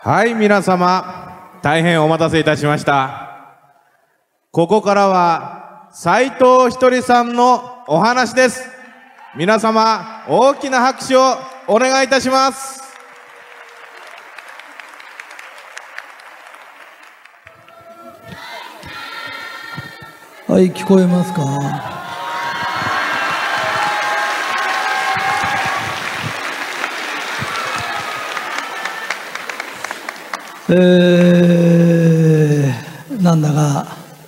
はい、皆様、大変お待たせいたしました。ここからは斉藤ひとりさんのお話です。皆様、大きな拍手をお願いいたします。 はい、聞こえますか？なんだか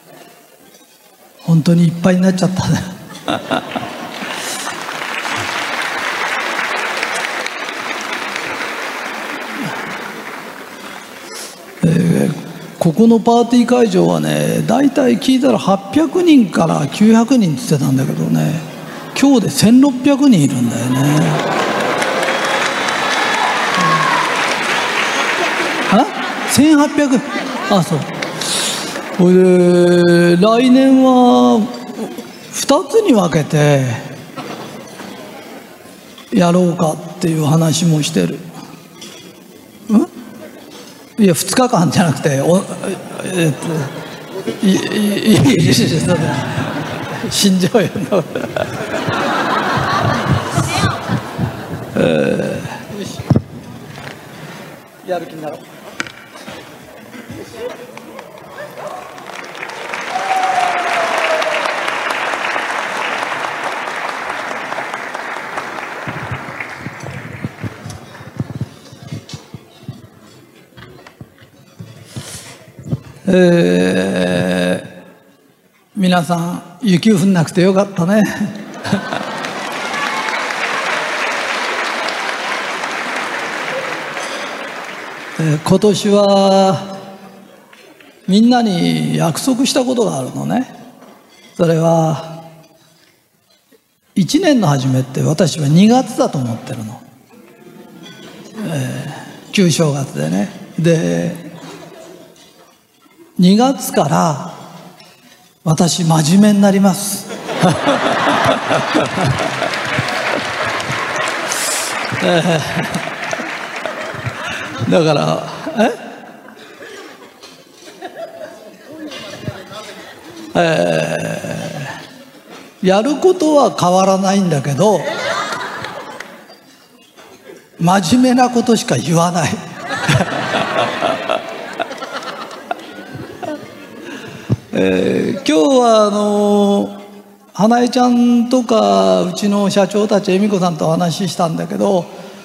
本当にいっぱいになっちゃったね。ここのパーティー会場はね、だいたい聞いたら800人から900人って言ってたんだけどね、今日で1600人いるんだよね。1800。あ、そう。これで来年は2つに分けてやろうかっていう話もしてる。いや、2日間じゃなくて、死んじゃうよな。やる気になろう。皆さん、雪降んなくてよかったね。今年はみんなに約束したことがあるのね。それは1年の初めって私は2月だと思ってるの。旧正月でね。で2月から私真面目になります。だからやることは変わらないんだけど、真面目なことしか言わない。今日は花江ちゃんとかうちの社長たち恵美子さんとお話ししたんだけど、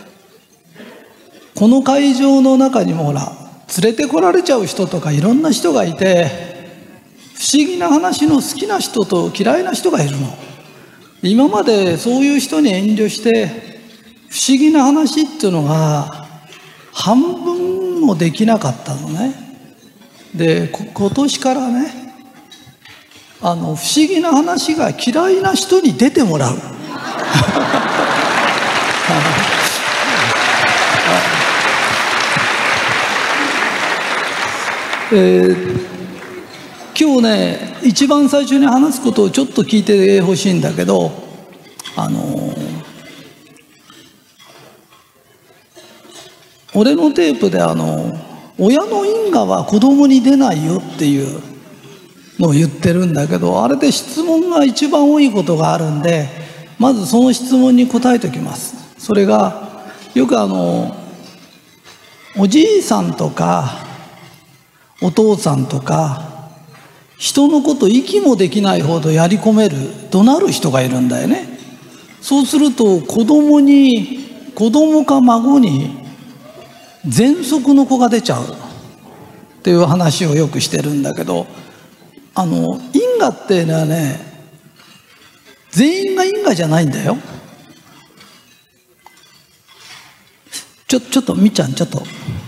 この会場の中にもほら連れてこられちゃう人とかいろんな人がいて、不思議な話の好きな人と嫌いな人がいるの。今までそういう人に遠慮して不思議な話っていうのが半分もできなかったのね。で今年からね、不思議な話が嫌いな人に出てもらう。今日ね、一番最初に話すことをちょっと聞いてほしいんだけど、俺のテープで親の因果は子供に出ないよっていうのを言ってるんだけど、あれで質問が一番多いことがあるんで、まずその質問に答えておきます。それがよくおじいさんとかお父さんとか人のこと息もできないほどやり込める怒鳴る人がいるんだよね。そうすると子供か孫に喘息の子が出ちゃうっていう話をよくしてるんだけど、因果っていうのはね、全員が因果じゃないんだよ。ちょっとみっちゃん、ちょっと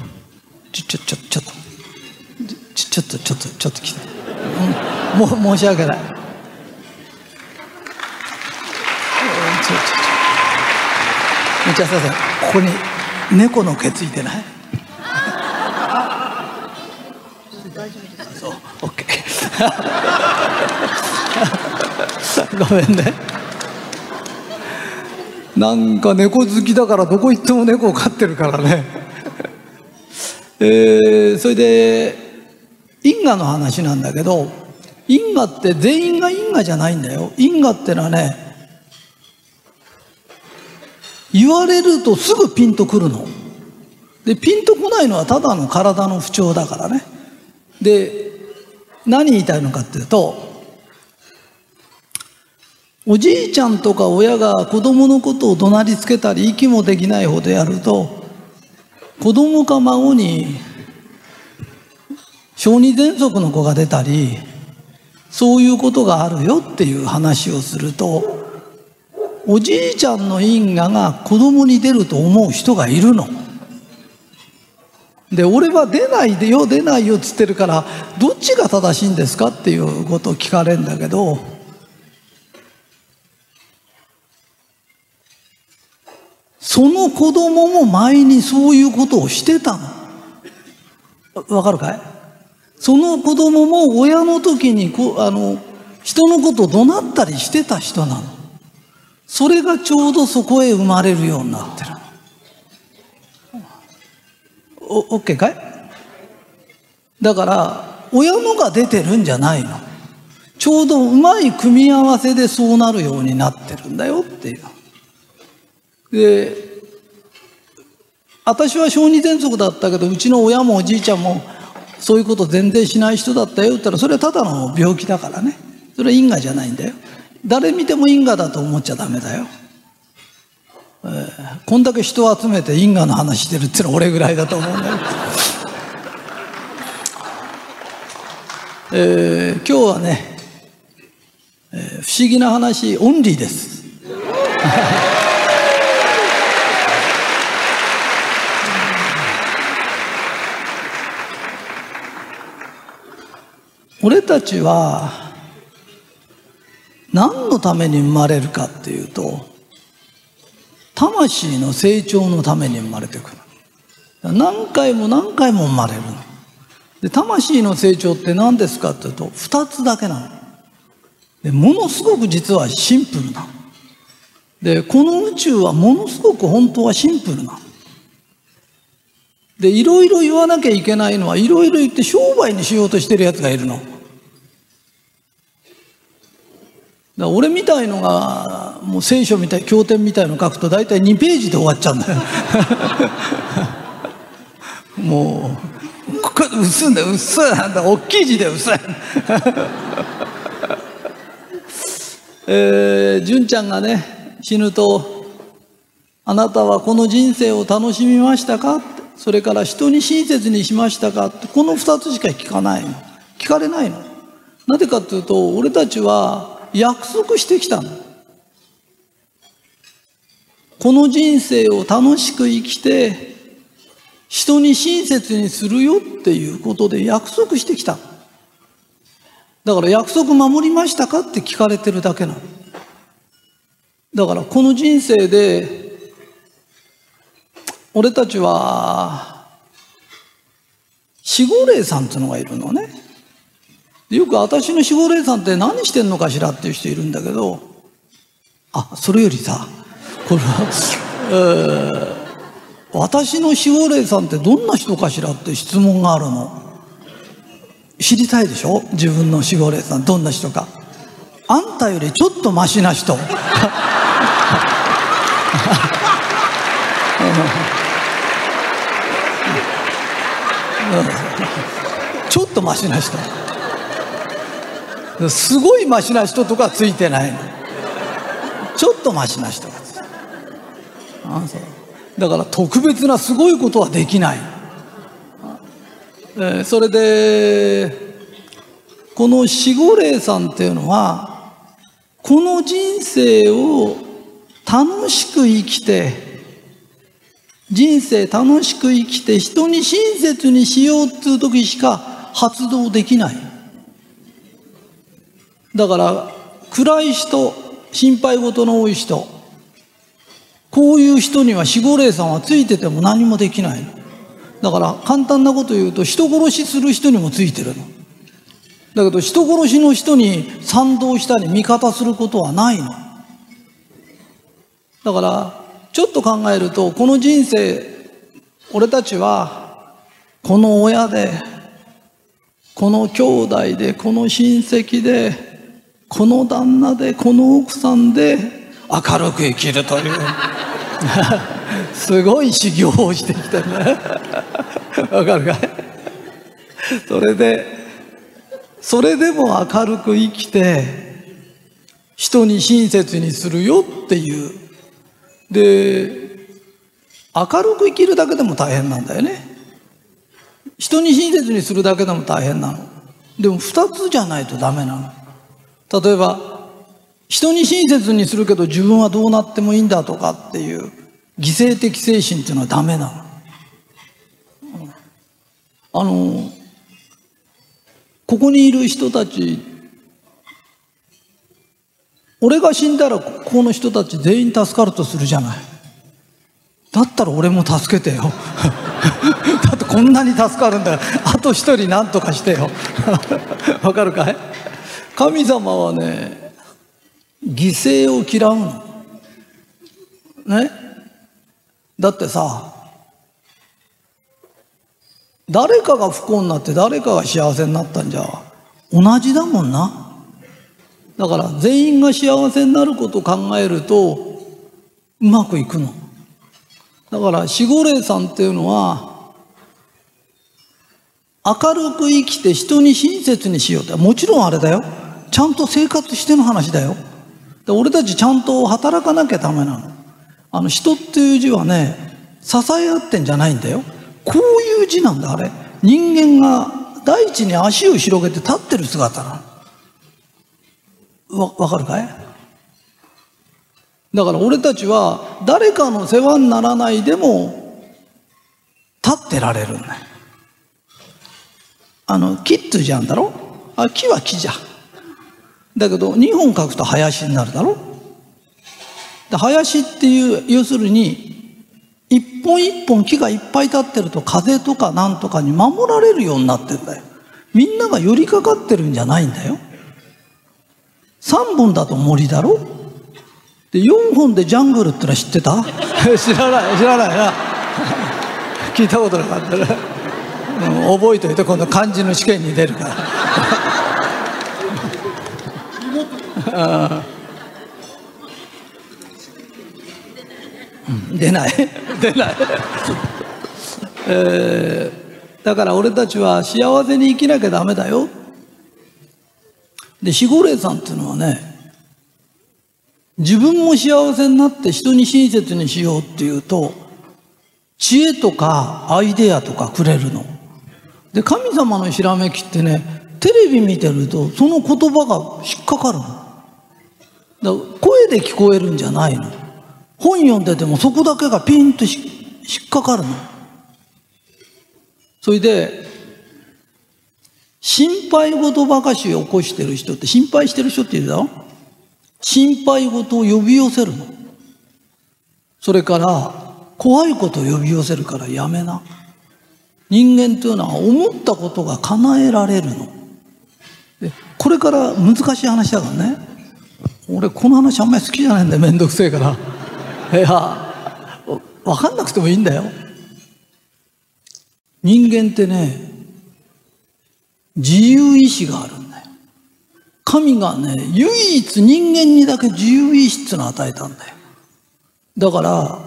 来て、申し訳ない。みっちゃん、すいません、ここに猫の毛ついてない？大丈夫です。そう、オッケー。ごめんね。なんか猫好きだからどこ行っても猫を飼ってるからね。 それで因果の話なんだけど、因果って全員が因果じゃないんだよ。因果ってのはね、言われるとすぐピンとくるので、ピンとこないのはただの体の不調だからね。で、何言いたいのかっていうと、おじいちゃんとか親が子供のことを怒鳴りつけたり息もできないほどやると、子供か孫に小児喘息の子が出たり、そういうことがあるよっていう話をすると、おじいちゃんの因果が子供に出ると思う人がいるの。で、俺は出ないでよ出ないよっつってるから、どっちが正しいんですかっていうことを聞かれるんだけど、その子供も前にそういうことをしてたの。わかるかい？その子供も親の時に人のことを怒鳴ったりしてた人なの。それがちょうどそこへ生まれるようになってるの。オッケーかい？だから親のが出てるんじゃないの。ちょうどうまい組み合わせでそうなるようになってるんだよっていう。で、私は小児喘息だったけど、うちの親もおじいちゃんもそういうこと全然しない人だったよって言ったら、それはただの病気だからね。それは因果じゃないんだよ。誰見ても因果だと思っちゃダメだよ。こんだけ人を集めて因果の話してるっていうのは俺ぐらいだと思うんだよ。今日はね、不思議な話オンリーです。俺たちは何のために生まれるかっていうと、魂の成長のために生まれてくる。何回も何回も生まれるので、魂の成長って何ですかっていうと2つだけなので、ものすごく実はシンプルなので、この宇宙はものすごく本当はシンプルなので、いろいろ言わなきゃいけないのは、いろいろ言って商売にしようとしてるやつがいるの。だから俺みたいのがもう聖書みたい経典みたいの書くと大体2ページで終わっちゃうんだよ。もう薄いんだよ、薄いなんだ、大きい字で薄い。純ちゃんがね死ぬと、あなたはこの人生を楽しみましたか、それから人に親切にしましたかって、この2つしか聞かないの。聞かれないの。なぜかというと、俺たちは約束してきたの。この人生を楽しく生きて人に親切にするよっていうことで約束してきた。だから約束守りましたかって聞かれてるだけなの。だからこの人生で俺たちは守護霊さんっていうのがいるのね。よく私の守護霊さんって何してんのかしらっていう人いるんだけど、それよりさ、これは、私の守護霊さんってどんな人かしらって質問があるの。知りたいでしょ、自分の守護霊さんどんな人か。あんたよりちょっとマシな人。ちょっとマシな人、すごいマシな人とかついてないの。ちょっとマシな人がついてる。そうだから特別なすごいことはできない。それでこの守護霊さんっていうのは、この人生を楽しく生きて、人生楽しく生きて人に親切にしようっていう時しか発動できない。だから暗い人、心配事の多い人、こういう人には守護霊さんはついてても何もできないの。だから簡単なこと言うと、人殺しする人にもついてるの。だけど人殺しの人に賛同したり味方することはないの。だからちょっと考えると、この人生俺たちはこの親で、この兄弟で、この親戚で、この旦那で、この奥さんで明るく生きるというすごい修行をしてきてねわかるかい？それでも明るく生きて人に親切にするよっていう。で、明るく生きるだけでも大変なんだよね。人に親切にするだけでも大変なの。でも2つじゃないとダメなの。例えば人に親切にするけど自分はどうなってもいいんだとかっていう犠牲的精神っていうのはダメなの。ここにいる人たち、俺が死んだらここの人たち全員助かるとするじゃない。だったら俺も助けてよだってこんなに助かるんだよ。あと一人何とかしてよわかるかい？神様はね、犠牲を嫌うのね。だってさ、誰かが不幸になって誰かが幸せになったんじゃ同じだもんな。だから全員が幸せになることを考えるとうまくいくの。だから守護霊さんっていうのは明るく生きて人に親切にしようって、もちろんあれだよ、ちゃんと生活しての話だよ。で、俺たちちゃんと働かなきゃダメなの。人っていう字はね、支え合ってんじゃないんだよ。こういう字なんだ、あれ。人間が大地に足を広げて立ってる姿なの。わかるかい？だから俺たちは誰かの世話にならないでも立ってられるんだよ。木って字あんだろ。木は木じゃ。だけど2本書くと林になるだろ。で、林っていう、要するに一本一本木がいっぱい立ってると風とかなんとかに守られるようになってんだよ。みんなが寄りかかってるんじゃないんだよ。3本だと森だろ。で、4本でジャングルってのは知ってた？知らないな聞いたことなかったね、覚えといて、今度漢字の試験に出るから出ないだから俺たちは幸せに生きなきゃダメだよ。で、守護霊さんっていうのはね、自分も幸せになって人に親切にしようっていうと知恵とかアイデアとかくれるので、神様のひらめきってね、テレビ見てるとその言葉が引っかかるの。だから声で聞こえるんじゃないの。本読んでてもそこだけがピンと引っかかるの。それで心配事ばかしを起こしてる人って、心配してる人っているだろ。心配事を呼び寄せるの。それから怖いことを呼び寄せるからやめな。人間というのは思ったことが叶えられるので、これから難しい話だからね。俺この話あんまり好きじゃないんだよ、めんどくせえから。いや、分かんなくてもいいんだよ。人間ってね、自由意志があるんだよ。神がね、唯一人間にだけ自由意志っていうのを与えたんだよ。だから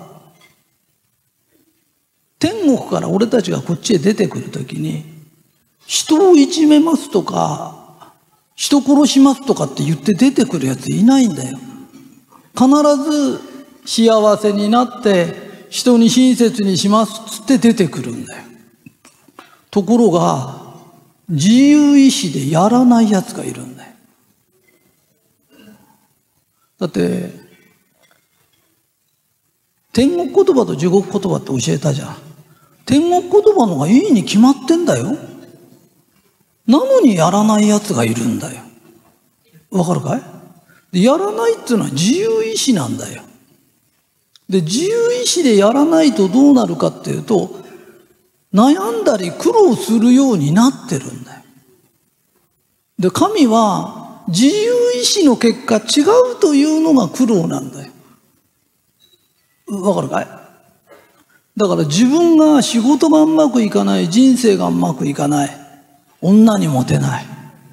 天国から俺たちがこっちへ出てくるときに、人をいじめますとか人殺しますとかって言って出てくるやついないんだよ。必ず幸せになって人に親切にしますっつって出てくるんだよ。ところが自由意志でやらないやつがいるんだよ。だって天国言葉と地獄言葉って教えたじゃん。天国言葉の方がいいに決まってんだよ。なのにやらないやつがいるんだよ。わかるかい？で、やらないっていうのは自由意志なんだよ。で、自由意志でやらないとどうなるかっていうと、悩んだり苦労するようになってるんだよ。で、神は自由意志の結果違うというのが苦労なんだよ。わかるかい？ だから自分が仕事がうまくいかない、人生がうまくいかない、女にモテない、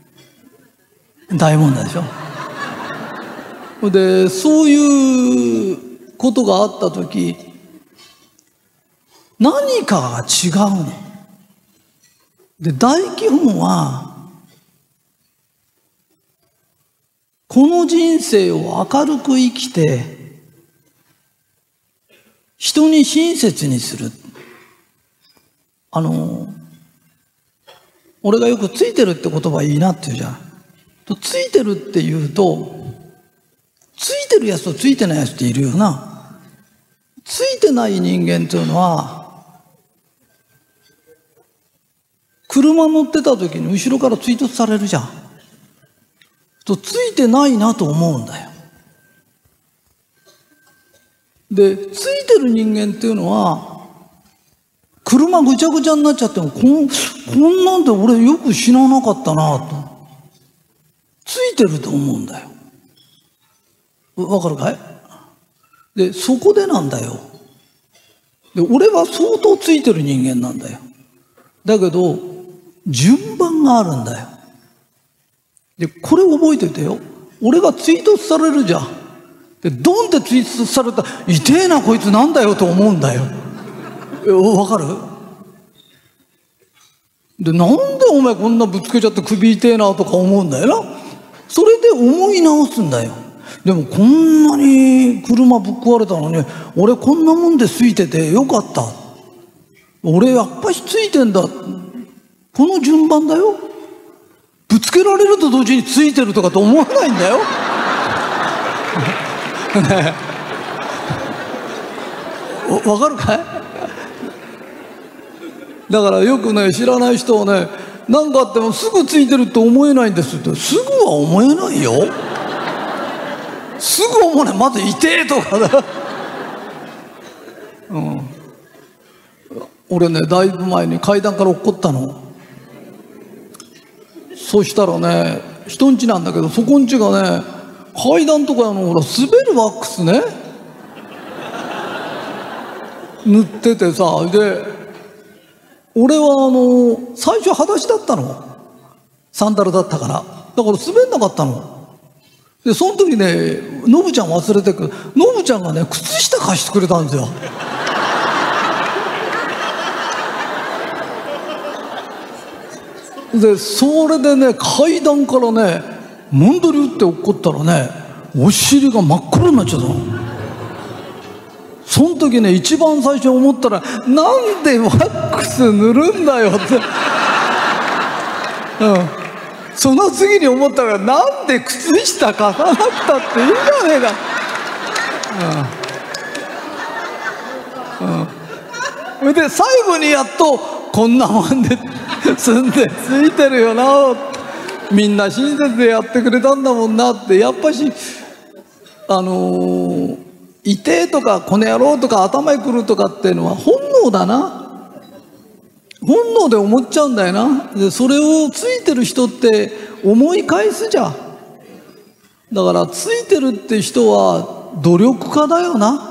大問題でしょ。でそういうことがあった時、何かが違うので、大基本はこの人生を明るく生きて人に親切にする。俺がよくついてるって言葉いいなって言うじゃん。ついてるって言うと、ついてるやつとついてないやつっているよな。ついてない人間っていうのは、車乗ってた時に後ろから追突されるじゃん。ついてないなと思うんだよ。で、ついてる人間っていうのは、車ぐちゃぐちゃになっちゃっても、こんなんで俺よく死ななかったなと。ついてると思うんだよ。わかるかい？で、そこでなんだよ。で、俺は相当ついてる人間なんだよ。だけど、順番があるんだよ。で、これ覚えててよ。俺が追突されるじゃん。で、ドンって追突されたら、痛えなこいつなんだよと思うんだよ。わかる？で、なんでお前こんなぶつけちゃって首痛えなとか思うんだよな。それで思い直すんだよ。でもこんなに車ぶっ壊れたのに、俺こんなもんでついててよかった。俺やっぱりついてんだ。この順番だよ。ぶつけられると同時についてるとかと思わないんだよ。わかるかい？だからよくね、知らない人はね、何かあってもすぐついてるって思えないんですって。すぐは思えないよ。すぐ思わない。まず痛えとかだ。俺ね、だいぶ前に階段から落っこったの。そしたらね、人ん家なんだけど、そこん家がね、階段とかほら滑るワックスね塗っててさ、で俺は最初裸足だったの。サンダルだったから。だから滑んなかったの。でその時ね、ノブちゃん忘れてく、ノブちゃんがね、靴下貸してくれたんですよ。でそれでね、階段からね、もんどり打って落っこったらね、お尻が真っ黒になっちゃったの。その時ね、一番最初思ったら、なんでワックス塗るんだよって。その次に思ったら、なんで靴下貸さなくたっていいじゃねえか。それで最後にやっと、こんなもんで住んでついてるよな、みんな親切でやってくれたんだもんなって。やっぱし痛えとかこの野郎とか頭にくるとかっていうのは本能だな。本能で思っちゃうんだよな。でそれをついてる人って思い返すじゃん。だからついてるって人は努力家だよな。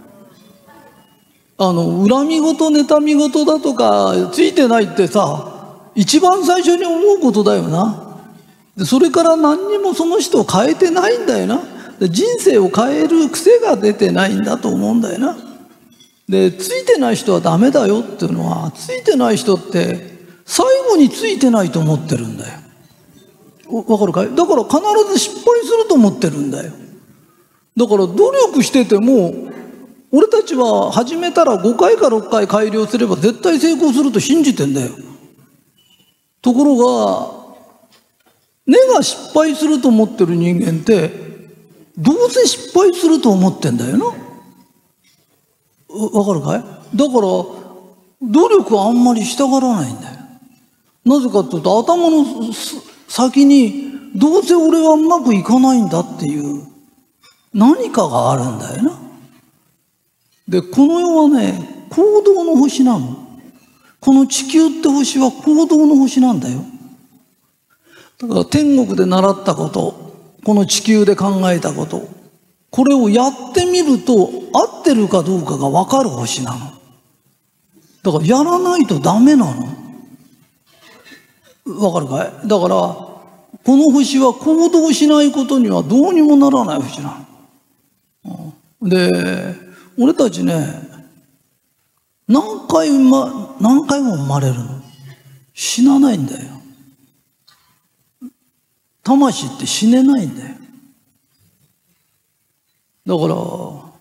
恨み事妬み事だとかついてないってさ、一番最初に思うことだよな。でそれから何にもその人を変えてないんだよな。で人生を変える癖が出てないんだと思うんだよな。でついてない人はダメだよっていうのは、ついてない人って最後についてないと思ってるんだよ。わかるかい？だから必ず失敗すると思ってるんだよ。だから努力してても、俺たちは始めたら5回か6回改良すれば絶対成功すると信じてんだよ。ところが根が失敗すると思ってる人間ってどうせ失敗すると思ってんだよな。わかるかい？だから努力はあんまりしたがらないんだよ。なぜかというと、頭の先にどうせ俺はうまくいかないんだっていう何かがあるんだよな。でこの世はね、行動の星なの。この地球って星は行動の星なんだよ。だから天国で習ったこと、この地球で考えたこと、これをやってみると合ってるかどうかが分かる星なの。 だからやらないとダメなの。わかるかい？だからこの星は行動しないことにはどうにもならない星なの。で俺たちね、何回も生まれるの。死なないんだよ。魂って死ねないんだよ。だから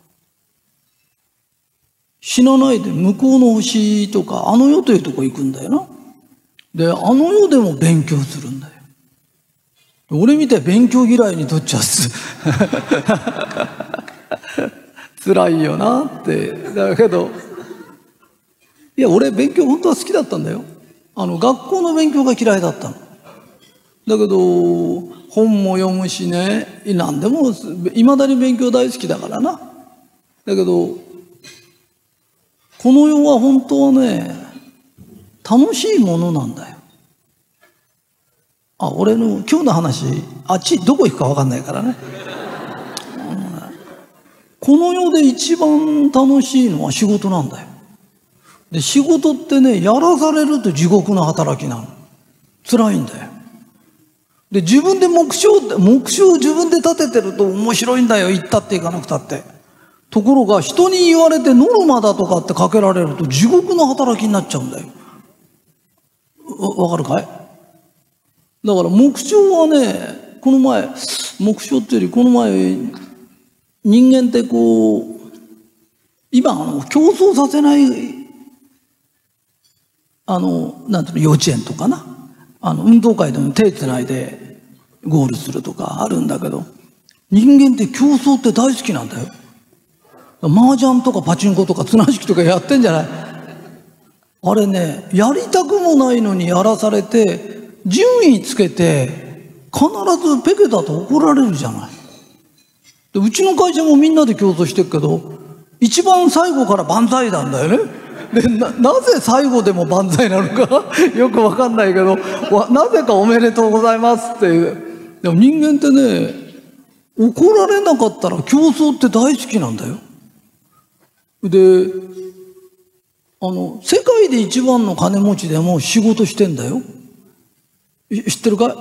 死なないで向こうの星とかあの世というとこ行くんだよな。であの世でも勉強するんだよ。俺みたい勉強嫌いにとっちゃ辛いよなって。だけどいや俺勉強本当は好きだったんだよ。学校の勉強が嫌いだったの。だけど本も読むしね、何でもいまだに勉強大好きだからな。だけどこの世は本当はね、楽しいものなんだよ。俺の今日の話、あっちどこ行くか分かんないからね。この世で一番楽しいのは仕事なんだよ。で仕事ってね、やらされると地獄の働きなの。辛いんだよ。で自分で目標を自分で立ててると面白いんだよ。行ったって行かなくたって。ところが人に言われてノルマだとかってかけられると地獄の働きになっちゃうんだよ。わかるかい？だから目標はね、この前目標っていうよりこの前人間ってこう今競争させないなんていうの、幼稚園とかな、運動会でも手つないでゴールするとかあるんだけど、人間って競争って大好きなんだよ。麻雀とかパチンコとか綱引きとかやってんじゃない？あれね、やりたくもないのにやらされて順位つけて必ずペケだと怒られるじゃない。でうちの会社もみんなで競争してるけど一番最後から万歳なんだよね。で なぜ最後でも万歳なのかよくわかんないけど、なぜかおめでとうございますっていう。でも人間ってね、怒られなかったら競争って大好きなんだよ。で世界で一番の金持ちでも仕事してんだよ。知ってるかい？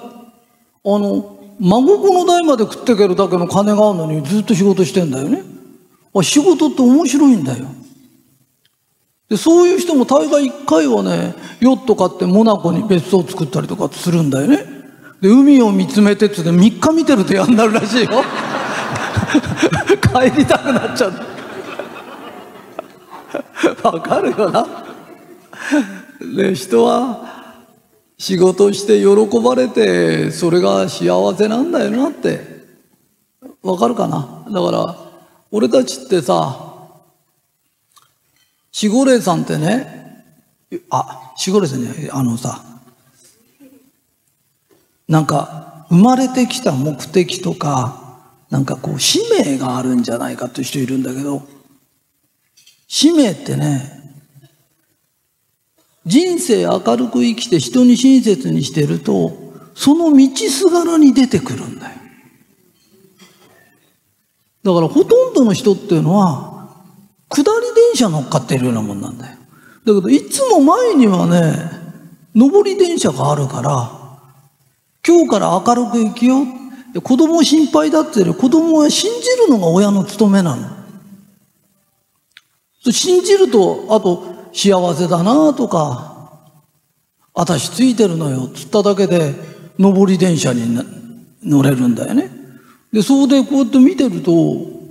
孫子の代まで食っていけるだけの金があるのにずっと仕事してんだよね。仕事って面白いんだよ。でそういう人も大概1回はね、ヨット買ってモナコに別荘作ったりとかするんだよね。で海を見つめてって3日見てると嫌になるらしいよ帰りたくなっちゃうわかるよな。で人は仕事して喜ばれてそれが幸せなんだよなってわかるかな。だから俺たちってさ、守護霊さんってね、守護霊さんね、さ、なんか生まれてきた目的とかなんかこう使命があるんじゃないかっていう人いるんだけど、使命ってね、人生明るく生きて人に親切にしてるとその道すがらに出てくるんだよ。だからほとんどの人っていうのは下り電車乗っかってるようなもんなんだよ。だけどいつも前にはね上り電車があるから、今日から明るく生きよう、子供心配だって子供は信じるのが親の務めなの。信じると、あと幸せだなとか、私ついてるのよっつっただけで上り電車に乗れるんだよね。でそれでこうやって見てると、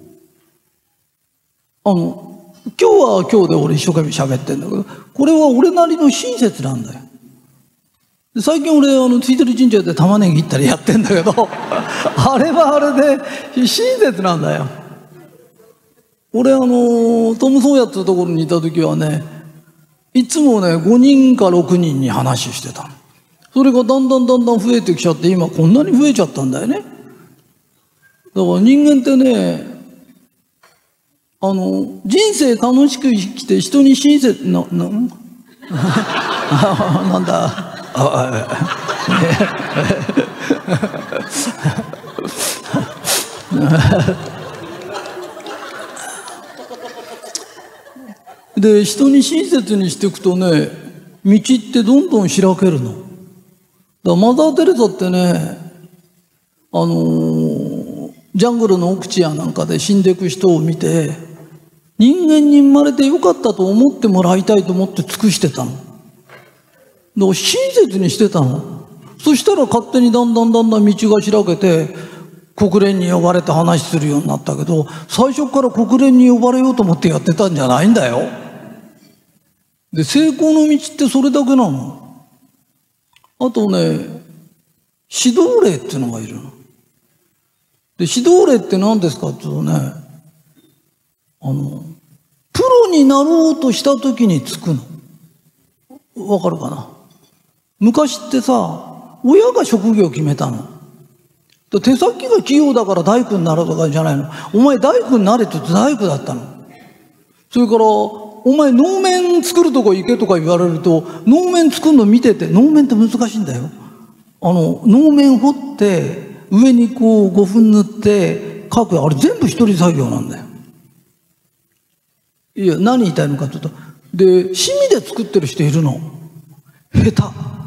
今日は今日で俺一生懸命喋ってんだけど、これは俺なりの親切なんだよ。で最近俺ついてる神社で玉ねぎ行ったりやってんだけどあれはあれで親切なんだよ。俺トム・ソーヤっていうところにいた時はね、いつもね5人か6人に話してたの。それがだんだん増えてきちゃって、今こんなに増えちゃったんだよね。だから人間ってね、人生楽しく生きて人に親切なんだで人に親切にしていくとね、道ってどんどん開けるの。だからマザー・テレサってね、ジャングルの奥地やなんかで死んでいく人を見て、人間に生まれてよかったと思ってもらいたいと思って尽くしてたの。だから親切にしてたの。そしたら勝手にだんだん道が開けて、国連に呼ばれて話するようになったけど、最初から国連に呼ばれようと思ってやってたんじゃないんだよ。で、成功の道ってそれだけなの。あとね、指導霊っていうのがいるの。で、指導霊って何ですかっていうとね、プロになろうとした時につくの。わかるかな。昔ってさ、親が職業を決めたの。手先が器用だから大工になるとかじゃないの。お前大工になれって言って大工だったの。それから、お前能面作るとこ行けとか言われると、能面作るの見てて、能面って難しいんだよ。能面掘って、上にこう5分塗って描く、あれ全部一人作業なんだよ。いや、何言いたいのかっていうと、で、趣味で作ってる人いるの。下手。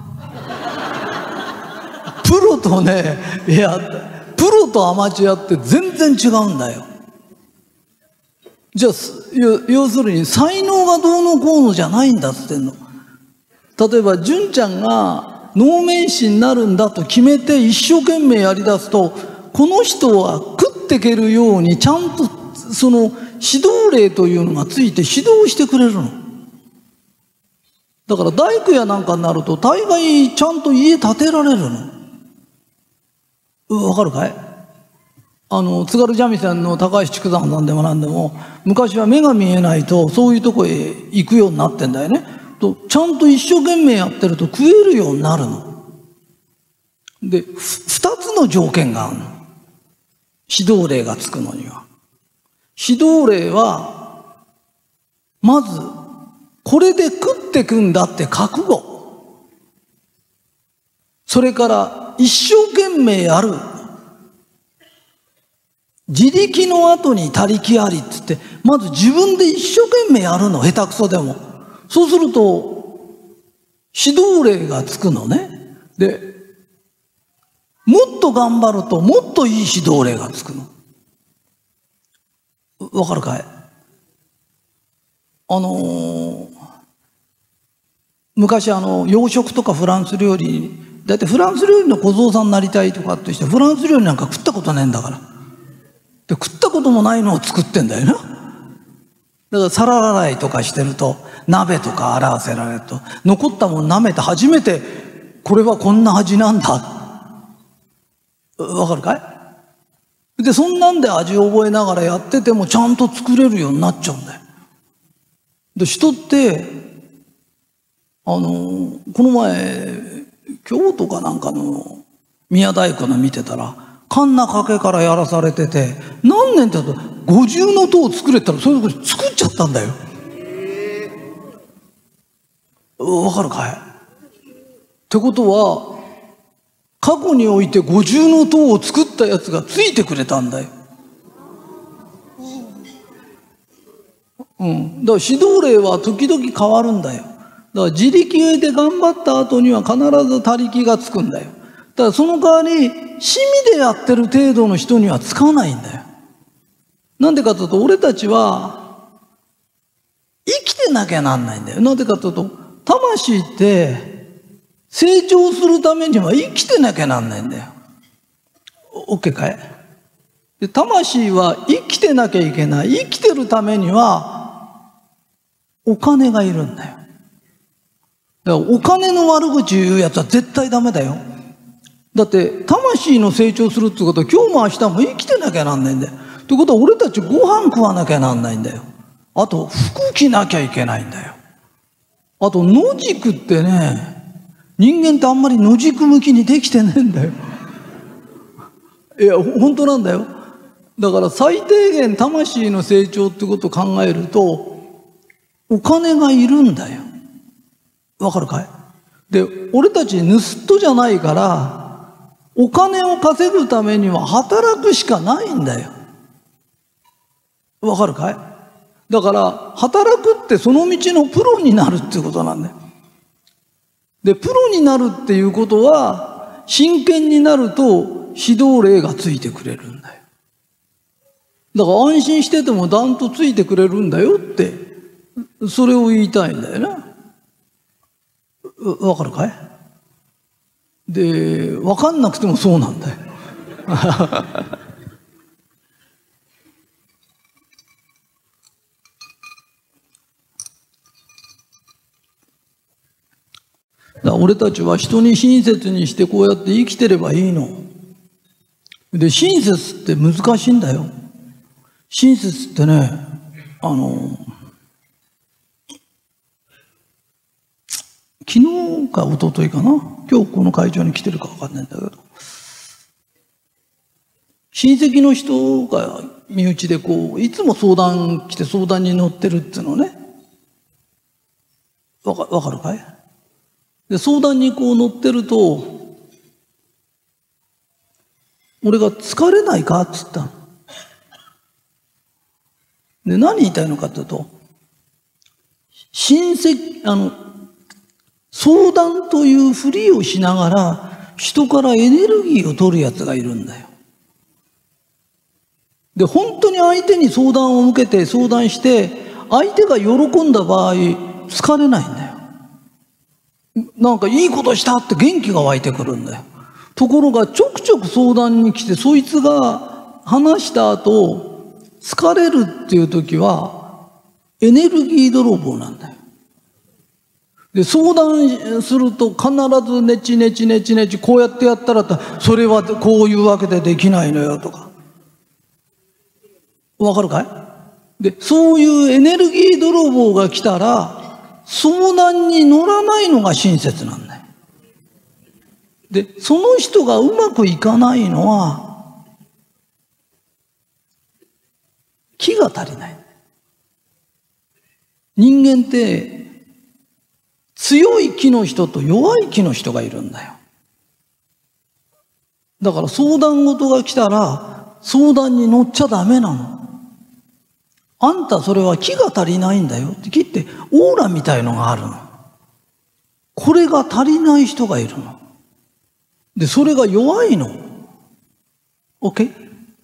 プロとね、いや、プロとアマチュアって全然違うんだよ。じゃあ、要するに才能がどうのこうのじゃないんだっつってんの。例えば、純ちゃんが能面師になるんだと決めて一生懸命やり出すと、この人は食っていけるようにちゃんとその指導霊というのがついて指導してくれるの。だから大工やなんかになると大概ちゃんと家建てられるの。わかるかい？津軽三味線の高橋竹山さんでもなんでも、昔は目が見えないとそういうとこへ行くようになってんだよね。とちゃんと一生懸命やってると食えるようになるの。で、二つの条件があるの。指導霊がつくのには。指導霊は、まず、これで食ってくんだって覚悟。それから、一生懸命やる。自力の後に他力ありって言って、まず自分で一生懸命やるの、下手くそでも。そうすると、指導霊がつくのね。で、もっと頑張ると、もっといい指導霊がつくの。わかるかい？昔洋食とかフランス料理、だいたいフランス料理の小僧さんになりたいとかってして、フランス料理なんか食ったことねえんだから。で、食ったこともないのを作ってんだよな。だから皿洗いとかしてると、鍋とか洗わせられると、残ったもん舐めて初めて、これはこんな味なんだ。わかるかい？で、そんなんで味を覚えながらやっててもちゃんと作れるようになっちゃうんだよ。で、人って、この前、京都かなんかの宮大工の見てたら、カンナ掛けからやらされてて、何年って言うと、50の塔を作れたら、そういうとこ作っちゃったんだよ。わかるかい？ってことは、過去において50の塔を作ったやつがついてくれたんだよ。だから指導霊は時々変わるんだよ。だから自力で頑張った後には必ず他力がつくんだよ。だからその代わり、趣味でやってる程度の人にはつかないんだよ。なんでかというと、俺たちは生きてなきゃなんないんだよ。なんでかというと、魂って成長するためには生きてなきゃなんないんだよ。OK かい？で、魂は生きてなきゃいけない。生きてるためにはお金がいるんだよ。だからお金の悪口言うやつは絶対ダメだよ。だって魂の成長するってことは今日も明日も生きてなきゃなんないんだよ。ってことは俺たちご飯食わなきゃなんないんだよ。あと服着なきゃいけないんだよ。あと野宿ってね、人間ってあんまり野宿向きにできてねえんだよ。いや本当なんだよ。だから最低限魂の成長ってことを考えるとお金がいるんだよ。わかるかい？で、俺たち盗人じゃないからお金を稼ぐためには働くしかないんだよ。わかるかい？ だから働くってその道のプロになるっていうことなんだよ。でプロになるっていうことは真剣になると指導霊がついてくれるんだよ。だから安心しててもだんとついてくれるんだよって、それを言いたいんだよな。わかるかい？でわかんなくてもそうなんだよ。だから俺たちは人に親切にしてこうやって生きてればいいの。で親切って難しいんだよ。親切ってね、昨日か一昨日かな、今日この会場に来てるか分かんないんだけど、親戚の人が身内でこういつも相談来て相談に乗ってるっていうのね、わかるかい？で相談にこう乗ってると、俺が疲れないかって言ったの。で何言いたいのかっていうと、親戚相談というふりをしながら人からエネルギーを取るやつがいるんだよ。で本当に相手に相談を受けて相談して相手が喜んだ場合疲れないんだよ。なんかいいことしたって元気が湧いてくるんだよ。ところがちょくちょく相談に来てそいつが話した後疲れるっていう時はエネルギー泥棒なんだよ。で相談すると必ずネチネチネチネチこうやってやったらそれはこういうわけでできないのよとか、わかるかい？でそういうエネルギー泥棒が来たら相談に乗らないのが親切なんだよ。でその人がうまくいかないのは気が足りない。人間って強い気の人と弱い気の人がいるんだよ。だから相談事が来たら相談に乗っちゃダメなの。あんたそれは気が足りないんだよって。気ってオーラみたいのがあるの。これが足りない人がいるの。でそれが弱いの。 OK？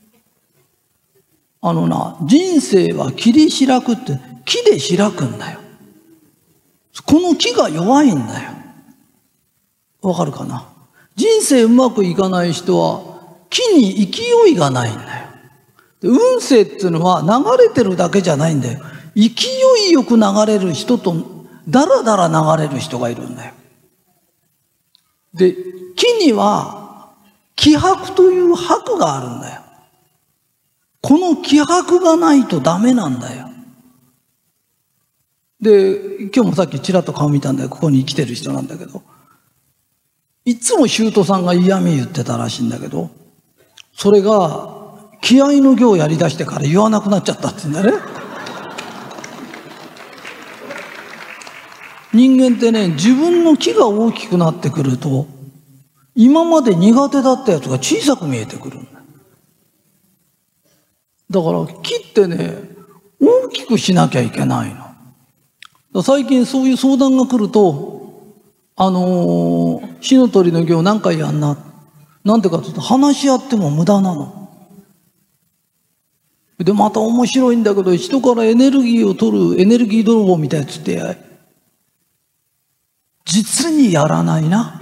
人生は切り開くって木で開くんだよ。この木が弱いんだよ。わかるかな？人生うまくいかない人は木に勢いがないんだよ。で運勢っていうのは流れてるだけじゃないんだよ。勢いよく流れる人とだらだら流れる人がいるんだよ。で木には気迫という迫があるんだよ。この気迫がないとダメなんだよ。で今日もさっきちらっと顔見たんだよ。ここに来てる人なんだけど、いつも舅さんが嫌味言ってたらしいんだけど、それが気合の行をやりだしてから言わなくなっちゃったって言うんだよね。人間ってね、自分の気が大きくなってくると今まで苦手だったやつが小さく見えてくるんだ。だから気ってね、大きくしなきゃいけないの。最近そういう相談が来ると、火の鳥の行何回やんな。なんでかというと話し合っても無駄なの。でまた面白いんだけど、人からエネルギーを取るエネルギー泥棒みたいなやつって実にやらないな。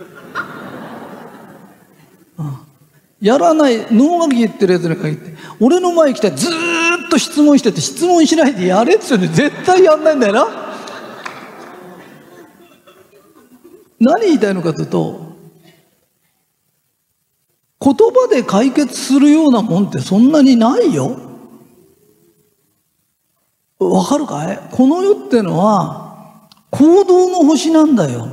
やらない脳書き言ってるやつに限って俺の前来てずーっと質問してて、質問しないでやれって言って絶対やんないんだよな。何言いたいのかというと、言葉で解決するようなもんってそんなにないよ。わかるかい？この世ってのは行動の星なんだよ。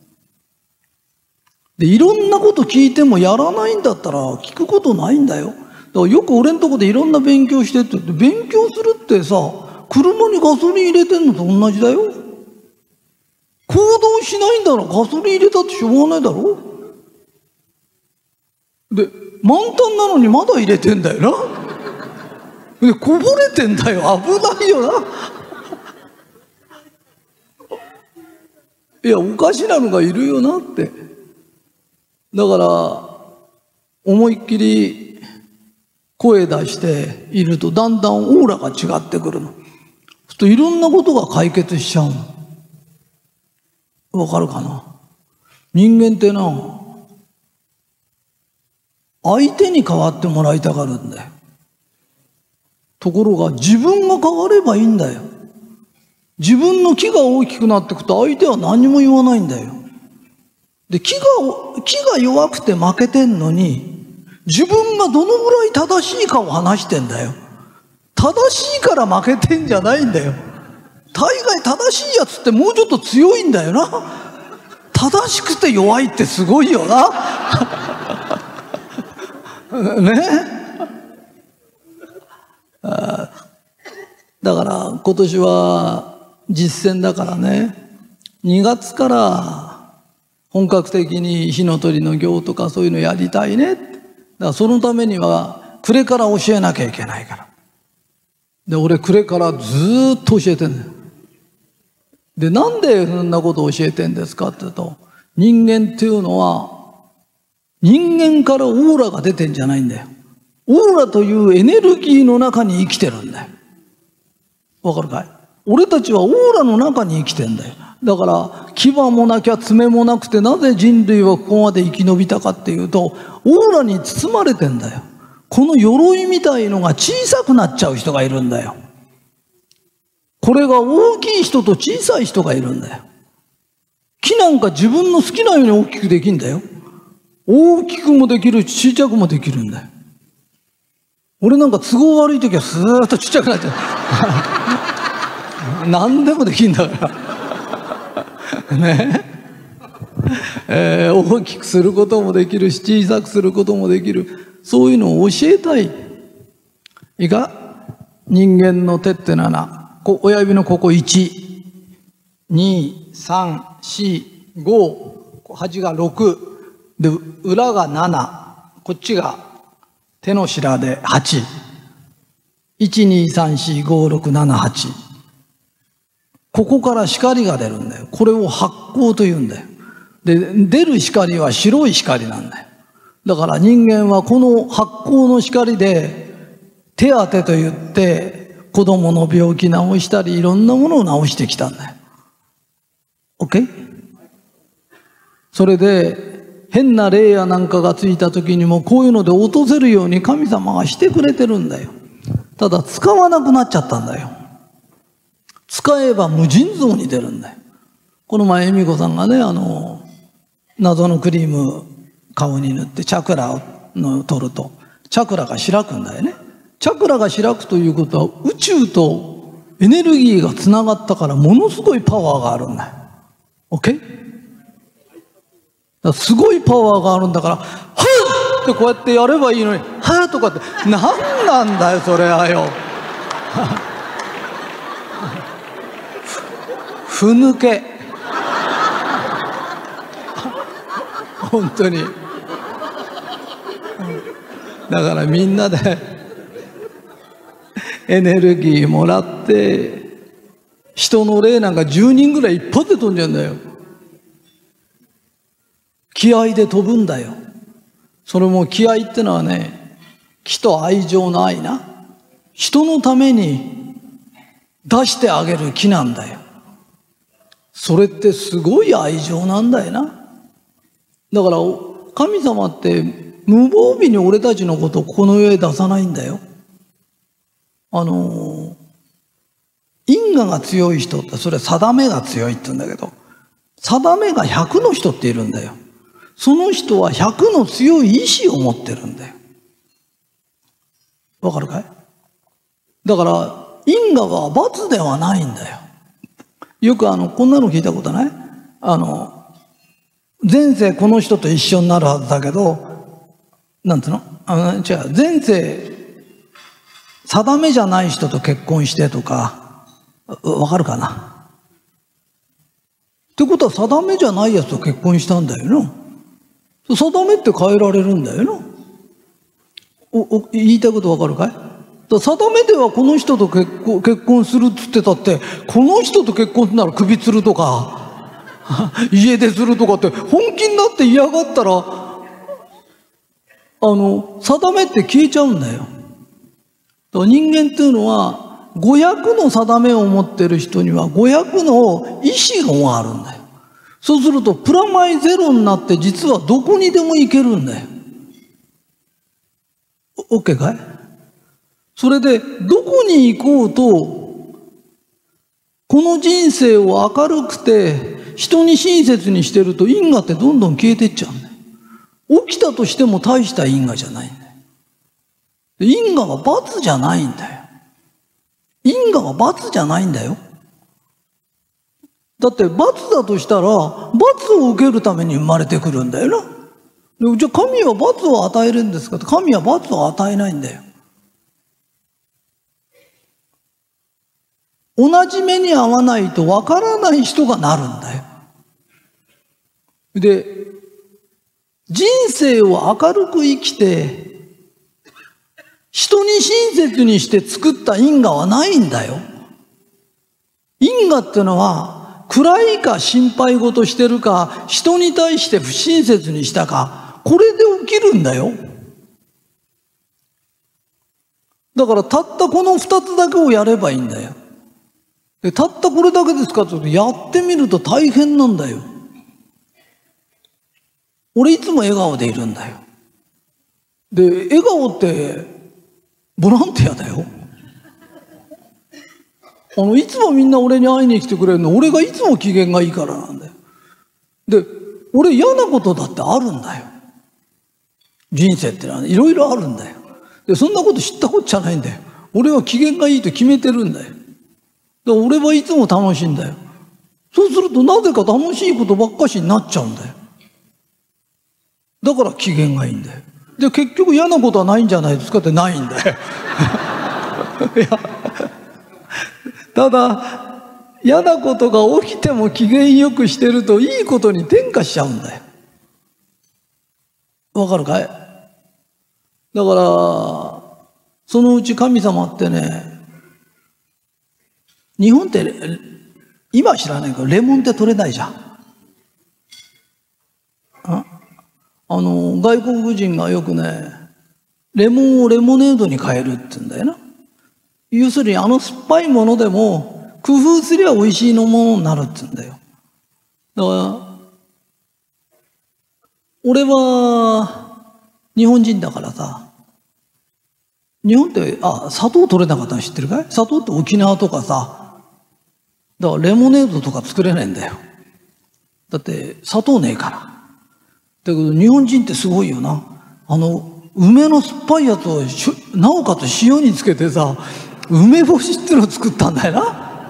でいろんなこと聞いてもやらないんだったら聞くことないんだよ。だからよく俺んとこでいろんな勉強してって言って、勉強するってさ、車にガソリン入れてんのと同じだよ。行動しないんだらガソリン入れたってしょうがないだろ。で満タンなのにまだ入れてんだよな。 でこぼれてんだよ。危ないよな。いや、おかしなのがいるよなって。だから思いっきり声出しているとだんだんオーラが違ってくるの。そうするといろんなことが解決しちゃうの。わかるかな。人間ってな、相手に変わってもらいたがるんだよ。ところが自分が変わればいいんだよ。自分の気が大きくなっていくと相手は何も言わないんだよ。で、気が弱くて負けてんのに、自分がどのぐらい正しいかを話してんだよ。正しいから負けてんじゃないんだよ。大概正しいやつってもうちょっと強いんだよな。正しくて弱いってすごいよな。ね。だから今年は実践だからね、2月から本格的に火の鳥の行とかそういうのやりたいね。だからそのためには暮れから教えなきゃいけないから。で、俺暮れからずっと教えてんだよ。で、なんでそんなことを教えてんですかって言うと、人間っていうのは人間からオーラが出てんじゃないんだよ。オーラというエネルギーの中に生きてるんだよ。わかるかい？俺たちはオーラの中に生きてんだよ。だから牙もなきゃ爪もなくてなぜ人類はここまで生き延びたかっていうと、オーラに包まれてんだよ。この鎧みたいのが小さくなっちゃう人がいるんだよ。これが大きい人と小さい人がいるんだよ。木なんか自分の好きなように大きくできるんだよ。大きくもできるし、小さくもできるんだよ。俺なんか都合悪い時はスーッとちっちゃくなっちゃう。何でもできるんだからね。大きくすることもできるし、小さくすることもできる。そういうのを教えたい。いいか？人間の手ってのはな、親指のここ1、2、3、4、5、端が6、で、裏が7、こっちが手のひらで8。1、2、3、4、5、6、7、8。ここから光が出るんだよ。これを発光と言うんだよ。で、出る光は白い光なんだよ。だから人間はこの発光の光で手当てと言って子供の病気治したりいろんなものを治してきたんだよ。OK？ それで変な霊やなんかがついた時にもこういうので落とせるように神様がしてくれてるんだよ。ただ使わなくなっちゃったんだよ。使えば無尽蔵に出るんだよ。この前恵美子さんがね、謎のクリーム顔に塗ってチャクラを取るとチャクラが開くんだよね。チャクラが開くということは宇宙とエネルギーがつながったからものすごいパワーがあるんだよ。 OK？ すごいパワーがあるんだから、はいってこうやってやればいいのに、はいとかって何なんだよそれはよ。ふぬけ。本当に。だからみんなでエネルギーもらって人の霊なんか10人ぐらい一発で飛んじゃうんだよ。気合で飛ぶんだよ。それも気合ってのはね、気と愛情の愛な。人のために出してあげる気なんだよ。それってすごい愛情なんだよな。だから神様って無防備に俺たちのことをこの世へ出さないんだよ。因果が強い人ってそれ定めが強いって言うんだけど、定めが100の人っているんだよ。その人は100の強い意志を持ってるんだよ。わかるかい？だから因果は罰ではないんだよ。よくこんなの聞いたことない？前世この人と一緒になるはずだけど、なんていうの？違う、前世定めじゃない人と結婚してとか、わかるかな？ってことは定めじゃないやつと結婚したんだよな。定めって変えられるんだよな。言いたいことわかるかい？ 定めではこの人と結婚するっつってたって、この人と結婚するなら首吊るとか家出するとかって本気になって嫌がったら定めって消えちゃうんだよ。だから人間っていうのは500の定めを持ってる人には500の意志があるんだよ。そうするとプラマイゼロになって実はどこにでも行けるんだよ。OK かい？それでどこに行こうとこの人生を明るくて人に親切にしてると因果ってどんどん消えてっちゃうんだよ。起きたとしても大した因果じゃないんだよ。因果は罰じゃないんだよ。因果は罰じゃないんだよ。だって罰だとしたら罰を受けるために生まれてくるんだよな。じゃあ神は罰を与えるんですか？神は罰を与えないんだよ。同じ目に合わないとわからない人がなるんだよ。で、人生を明るく生きて人に親切にして作った因果はないんだよ。因果っていうのは暗いか心配事してるか人に対して不親切にしたか、これで起きるんだよ。だからたったこの2つだけをやればいいんだよ。でたったこれだけですかって言うとやってみると大変なんだよ。俺いつも笑顔でいるんだよ。で笑顔ってボランティアだよ。いつもみんな俺に会いに来てくれるの、俺がいつも機嫌がいいからなんだよ。で俺嫌なことだってあるんだよ。人生ってのはいろいろあるんだよ。でそんなこと知ったこっちゃないんだよ。俺は機嫌がいいと決めてるんだよ。で俺はいつも楽しいんだよ。そうするとなぜか楽しいことばっかしになっちゃうんだよ。だから機嫌がいいんだよ。で結局嫌なことはないんじゃないですかってないんだよ。いやただ嫌なことが起きても機嫌よくしてるといいことに転化しちゃうんだよ。わかるかい？だからそのうち神様ってね、日本って今知らないけどレモンって取れないじゃん。外国人がよくね、レモンをレモネードに変えるって言うんだよな。要するに酸っぱいものでも工夫すりゃ美味しいものになるって言うんだよ。だから俺は日本人だからさ、日本って砂糖取れなかったの知ってるかい？砂糖って沖縄とかさ、だからレモネードとか作れないんだよ。だって砂糖ねえから。だけど日本人ってすごいよな。梅の酸っぱいやつをなおかつ塩につけてさ、梅干しってのを作ったんだよな。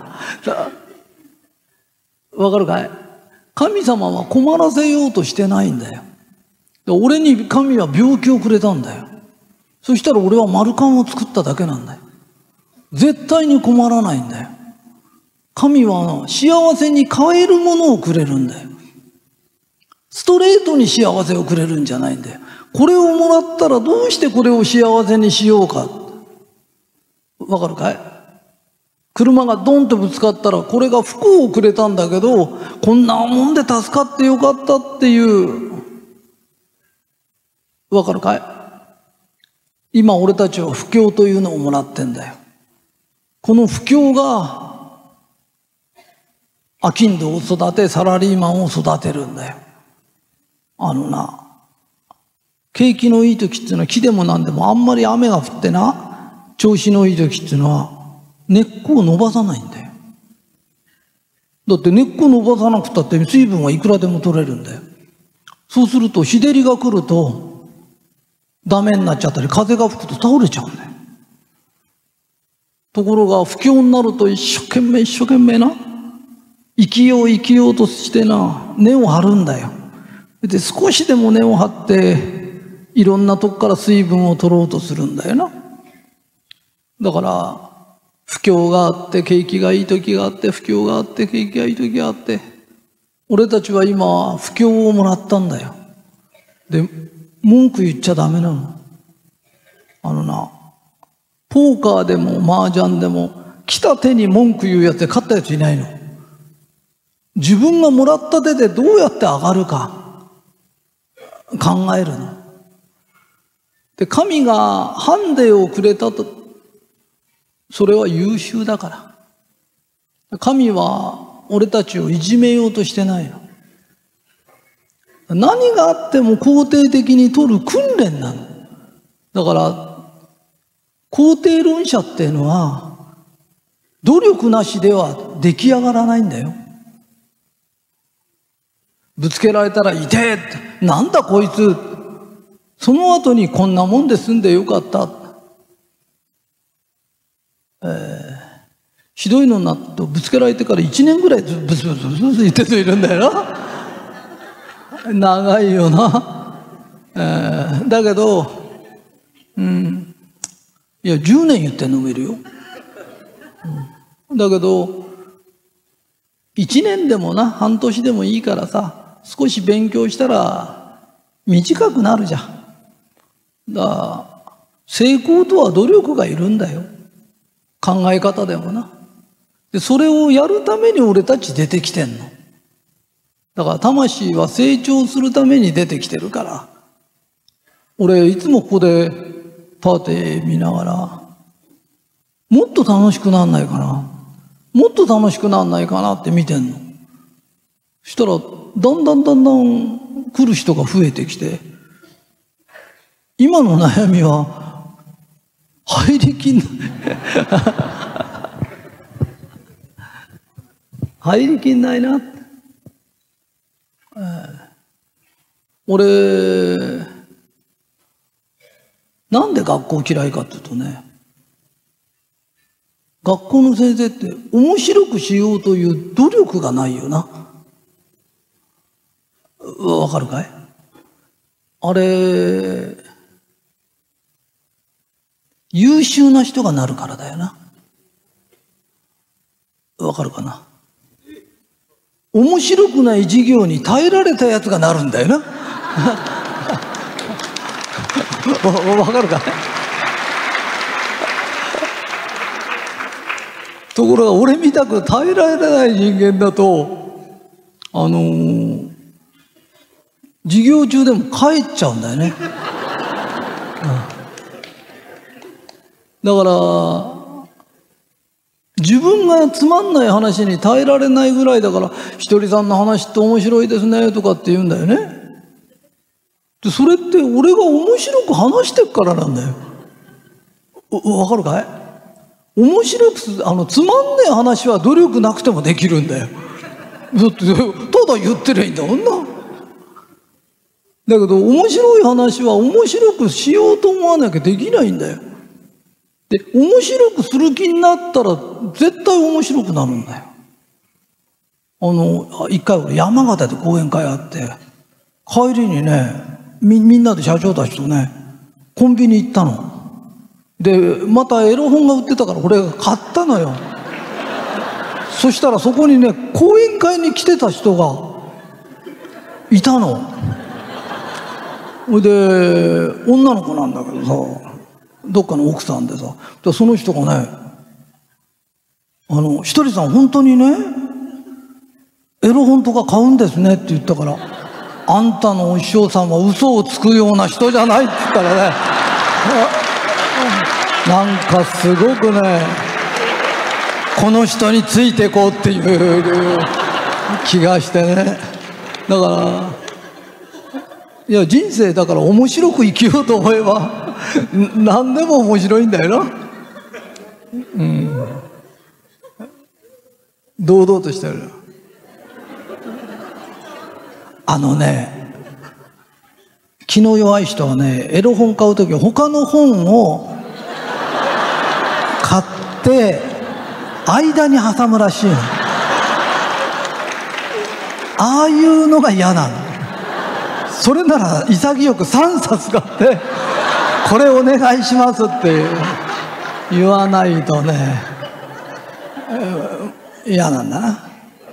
わかるかい？神様は困らせようとしてないんだよ。俺に神は病気をくれたんだよ。そしたら俺は丸缶を作っただけなんだよ。絶対に困らないんだよ。神は幸せに変えるものをくれるんだよ。ストレートに幸せをくれるんじゃないんだよ。これをもらったらどうしてこれを幸せにしようか。わかるかい？車がドンとぶつかったらこれが不幸をくれたんだけど、こんなもんで助かってよかったっていう。わかるかい？今俺たちは不況というのをもらってんだよ。この不況が商人を育てサラリーマンを育てるんだよ。景気のいい時っていうのは木でもなんでもあんまり雨が降ってな、調子のいい時っていうのは根っこを伸ばさないんだよ。だって根っこ伸ばさなくたって水分はいくらでも取れるんだよ。そうすると日照りが来るとダメになっちゃったり、風が吹くと倒れちゃうんだよ。ところが不況になると一生懸命な生きようとしてな根を張るんだよ。で少しでも根を張っていろんなとこから水分を取ろうとするんだよな。だから不況があって景気がいい時があって、不況があって景気がいい時があって、俺たちは今不況をもらったんだよ。で文句言っちゃダメなの。 ポーカーでも麻雀でも来た手に文句言うやつで勝ったやついないの。自分がもらった手でどうやって上がるか考えるの。で、神がハンデをくれたと、それは優秀だから。神は俺たちをいじめようとしてないの。何があっても肯定的に取る訓練なの。だから肯定論者っていうのは努力なしでは出来上がらないんだよ。ぶつけられたら痛えって、なんだこいつ、その後にこんなもんで済んでよかった、ひどいのになってぶつけられてから1年ぐらいブツブツブツブツ言ってる人いるんだよな。長いよな。だけど、いや10年言ってんのもいるよ。だけど1年でもな、半年でもいいからさ、少し勉強したら短くなるじゃん。だから成功とは努力がいるんだよ、考え方でもな。でそれをやるために俺たち出てきてんの。だから魂は成長するために出てきてるから。俺いつもここでパーティー見ながら、もっと楽しくなんないかな、もっと楽しくなんないかなって見てんの。そしたらだんだん来る人が増えてきて、今の悩みは入りきんない入りきんないなって。俺なんで学校嫌いかっていうとね、学校の先生って面白くしようという努力がないよな。わかるかい？あれ優秀な人がなるからだよな。わかるかな？面白くない授業に耐えられたやつがなるんだよな。わかるかい？ところが俺みたく耐えられない人間だと、授業中でも帰っちゃうんだよね。だから自分がつまんない話に耐えられないぐらいだから、ひとりさんの話って面白いですねとかって言うんだよね。でそれって俺が面白く話してっからなんだよ。わかるかい？面白くつまんねえ話は努力なくてもできるんだよ。だってただ言ってりゃいいんだもんな。だけど面白い話は面白くしようと思わなきゃできないんだよ。で面白くする気になったら絶対面白くなるんだよ。一回俺山形で講演会あって、帰りにね、みんなで社長たちとねコンビニ行ったの。でまたエロ本が売ってたから俺が買ったのよ。そしたらそこにね、講演会に来てた人がいたの。ほいで女の子なんだけどさ、どっかの奥さんでさ、その人がね、ひとりさん本当にねエロ本とか買うんですねって言ったから、あんたのお師匠さんは嘘をつくような人じゃないって言ったらね、なんかすごくね、この人についてこうっていう気がしてね。だからいや人生だから面白く生きようと思えば何でも面白いんだよな。堂々としてる。気の弱い人はね、エロ本買うとき他の本を買って間に挟むらしいの。ああいうのが嫌なの。それなら潔く3冊買ってこれお願いしますって言わないとね、嫌なんだな。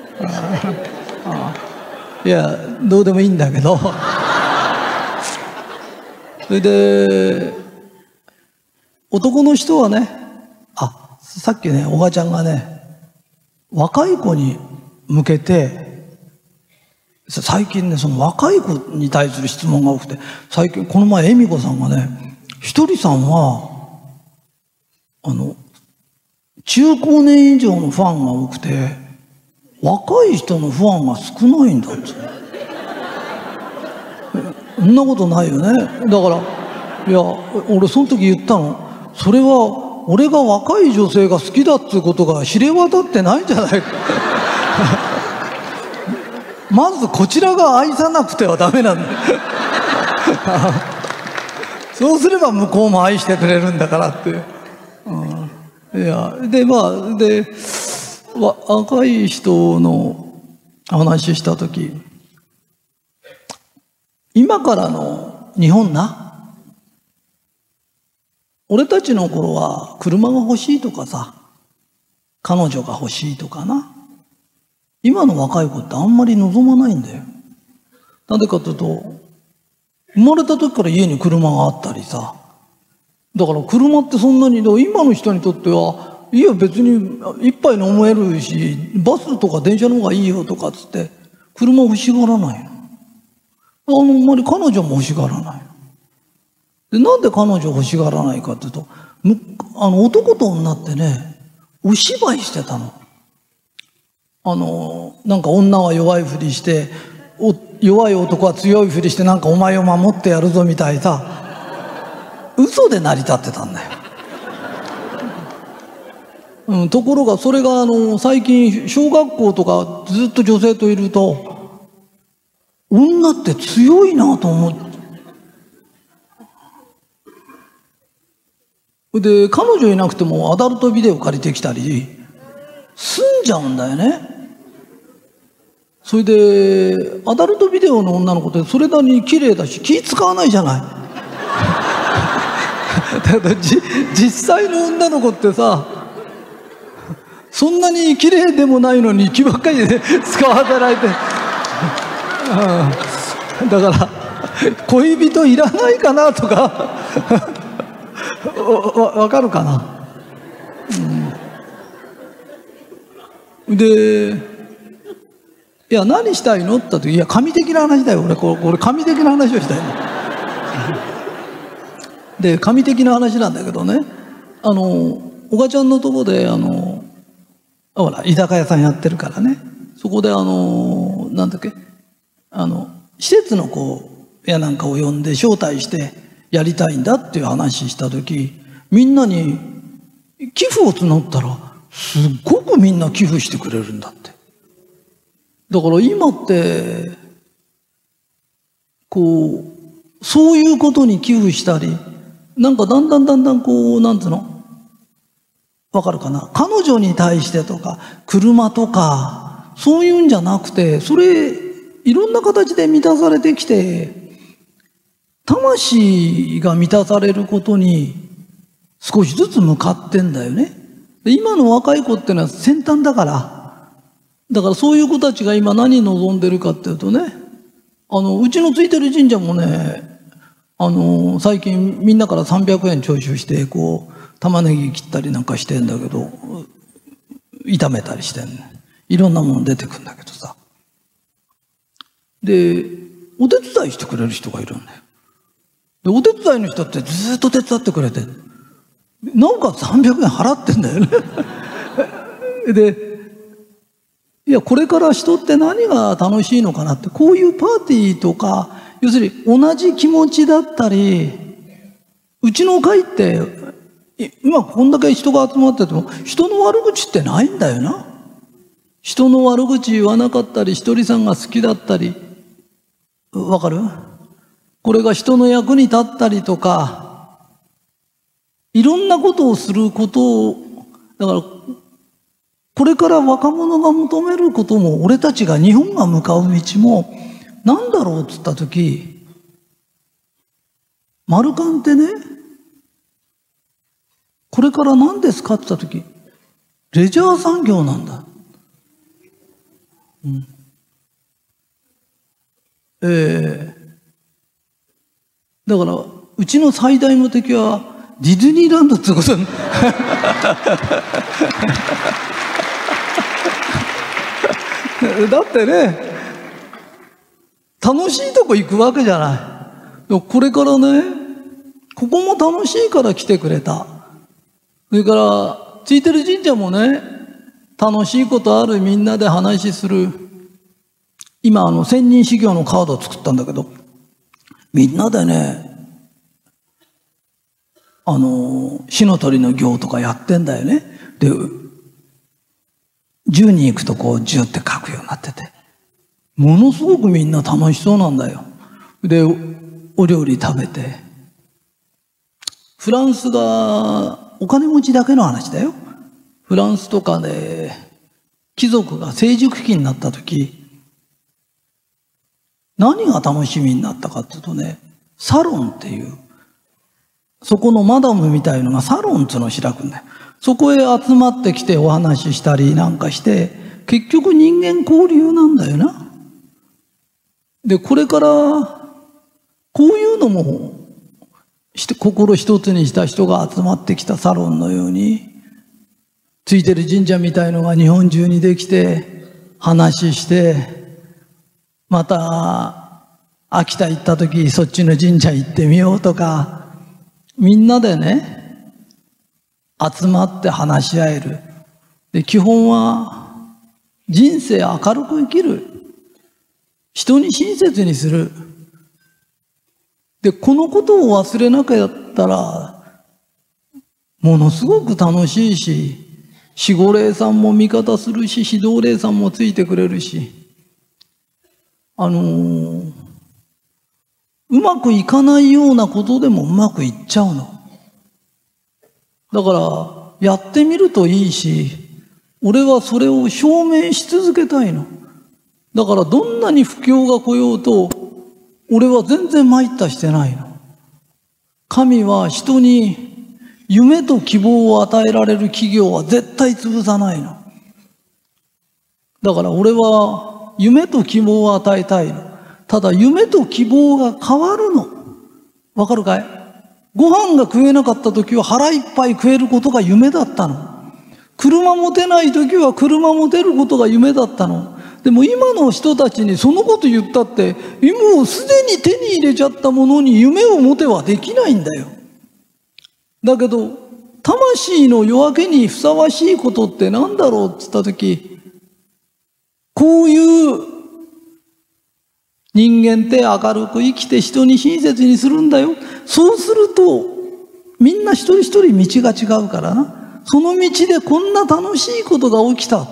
いやどうでもいいんだけど、それで男の人はね、さっきね、おばちゃんがね、若い子に向けて、最近ね、その若い子に対する質問が多くて、最近、この前、恵美子さんがね、ひとりさんは、中高年以上のファンが多くて、若い人のファンが少ないんだって。そんなことないよね。だから、いや、俺その時言ったの。それは、俺が若い女性が好きだっていうことが知れ渡ってないんじゃないか。まずこちらが愛さなくてはダメなんだよ。そうすれば向こうも愛してくれるんだからって。いや、で、若い人の話したとき、今からの日本な、俺たちの頃は車が欲しいとかさ、彼女が欲しいとかな。今の若い子ってあんまり望まないんだよ。なんでかというと、生まれた時から家に車があったりさ。だから車ってそんなに、今の人にとっては、いや別に一杯飲めるし、バスとか電車の方がいいよとかっつって、車欲しがらないの。あんまり彼女も欲しがらないの。で、なんで彼女欲しがらないかっていうと、男と女ってね、お芝居してたの。なんか女は弱いふりして、弱い男は強いふりしてなんかお前を守ってやるぞみたいさ、嘘で成り立ってたんだよ。ところがそれが最近小学校とかずっと女性といると、女って強いなと思って。で、彼女いなくてもアダルトビデオ借りてきたり、済んじゃうんだよね。それで、アダルトビデオの女の子ってそれなりに綺麗だし、気使わないじゃない。だから実際の女の子ってさ、そんなに綺麗でもないのに気ばっかりで使わせられて。だから、恋人いらないかなとか、わかるかな。で、いや、何したいのって言った時、いや、神的な話だよ。俺神的な話をしたいの。で、神的な話なんだけどね、おばちゃんのとこで、ほら、居酒屋さんやってるからね、そこでなんだっけ、施設の子やなんかを呼んで招待してやりたいんだっていう話した時、みんなに寄付を募ったら、すっごくみんな寄付してくれるんだって。だから今って、そういうことに寄付したり、なんかだんだんなんつうの？わかるかな？彼女に対してとか、車とか、そういうんじゃなくて、それ、いろんな形で満たされてきて、魂が満たされることに少しずつ向かってんだよね。で、今の若い子ってのは先端だから、そういう子たちが今何望んでるかっていうとね、うちのついてる神社もね、最近みんなから300円徴収して、玉ねぎ切ったりなんかしてんだけど、炒めたりしてんね。いろんなもの出てくんだけどさ。で、お手伝いしてくれる人がいるんだよ。で、お手伝いの人ってずっと手伝ってくれて、なおかつ300円払ってんだよね。で、いや、これから人って何が楽しいのかなって、こういうパーティーとか、要するに同じ気持ちだったり、うちの会って、今こんだけ人が集まってても、人の悪口ってないんだよな。人の悪口言わなかったり、ひとりさんが好きだったり、わかる？これが人の役に立ったりとか、いろんなことをすることを、だから、これから若者が求めることも、俺たちが日本が向かう道も、なんだろうっつったとき、マルカンってね、これから何ですかって言ったとき、レジャー産業なんだ。だから、うちの最大の敵は、 ディズニーランドってことにだってね、楽しいとこ行くわけじゃない。これからね、ここも楽しいから来てくれた。それからついてる神社もね、楽しいことある、みんなで話する。今千人修行のカードを作ったんだけど、みんなでね、火の鳥の行とかやってんだよね。で、10人行くとこう10って書くようになってて、ものすごくみんな楽しそうなんだよ。で、お料理食べて、フランスがお金持ちだけの話だよ。フランスとかで貴族が成熟期になった時、何が楽しみになったかっていうとね、サロンっていう、そこのマダムみたいのがサロンっていうのを開くんだよ。そこへ集まってきてお話ししたりなんかして、結局人間交流なんだよな。で、これからこういうのも心一つにした人が集まってきたサロンのように、ついてる神社みたいのが日本中にできて話して、また秋田行った時そっちの神社行ってみようとか、みんなでね集まって話し合える。で、基本は人生明るく生きる、人に親切にする。で、このことを忘れなかったらものすごく楽しいし、守護霊さんも味方するし、指導霊さんもついてくれるし、うまくいかないようなことでもうまくいっちゃうの。だからやってみるといいし、俺はそれを証明し続けたいの。だからどんなに不況が来ようと俺は全然参ったしてないの。神は人に夢と希望を与えられる企業は絶対潰さないの。だから俺は夢と希望を与えたいの。ただ夢と希望が変わるの。わかるかい？ご飯が食えなかった時は腹いっぱい食えることが夢だったの。車持てない時は車持てることが夢だったの。でも今の人たちにそのこと言ったって、もうすでに手に入れちゃったものに夢を持てはできないんだよ。だけど魂の夜明けにふさわしいことって何だろうって言った時、こういう人間って明るく生きて人に親切にするんだよ。そうするとみんな一人一人道が違うからな。その道でこんな楽しいことが起きた。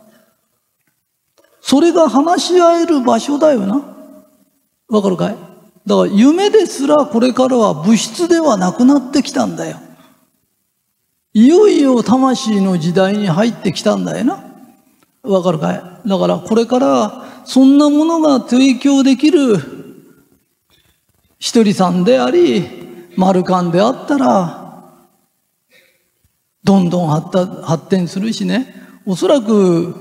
それが話し合える場所だよな。わかるかい？だから夢ですらこれからは物質ではなくなってきたんだよ。いよいよ魂の時代に入ってきたんだよな。わかるかい？だからこれからそんなものが提供できるひとりさんであり丸観であったらどんどん発展するしね。おそらく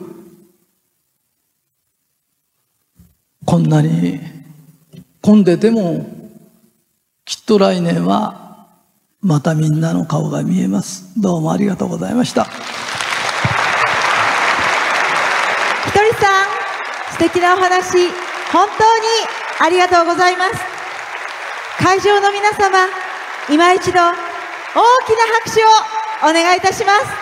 こんなに混んでてもきっと来年はまたみんなの顔が見えます。どうもありがとうございました。 ひとりさん、素敵なお話本当にありがとうございます。会場の皆様、今一度大きな拍手をお願いいたします。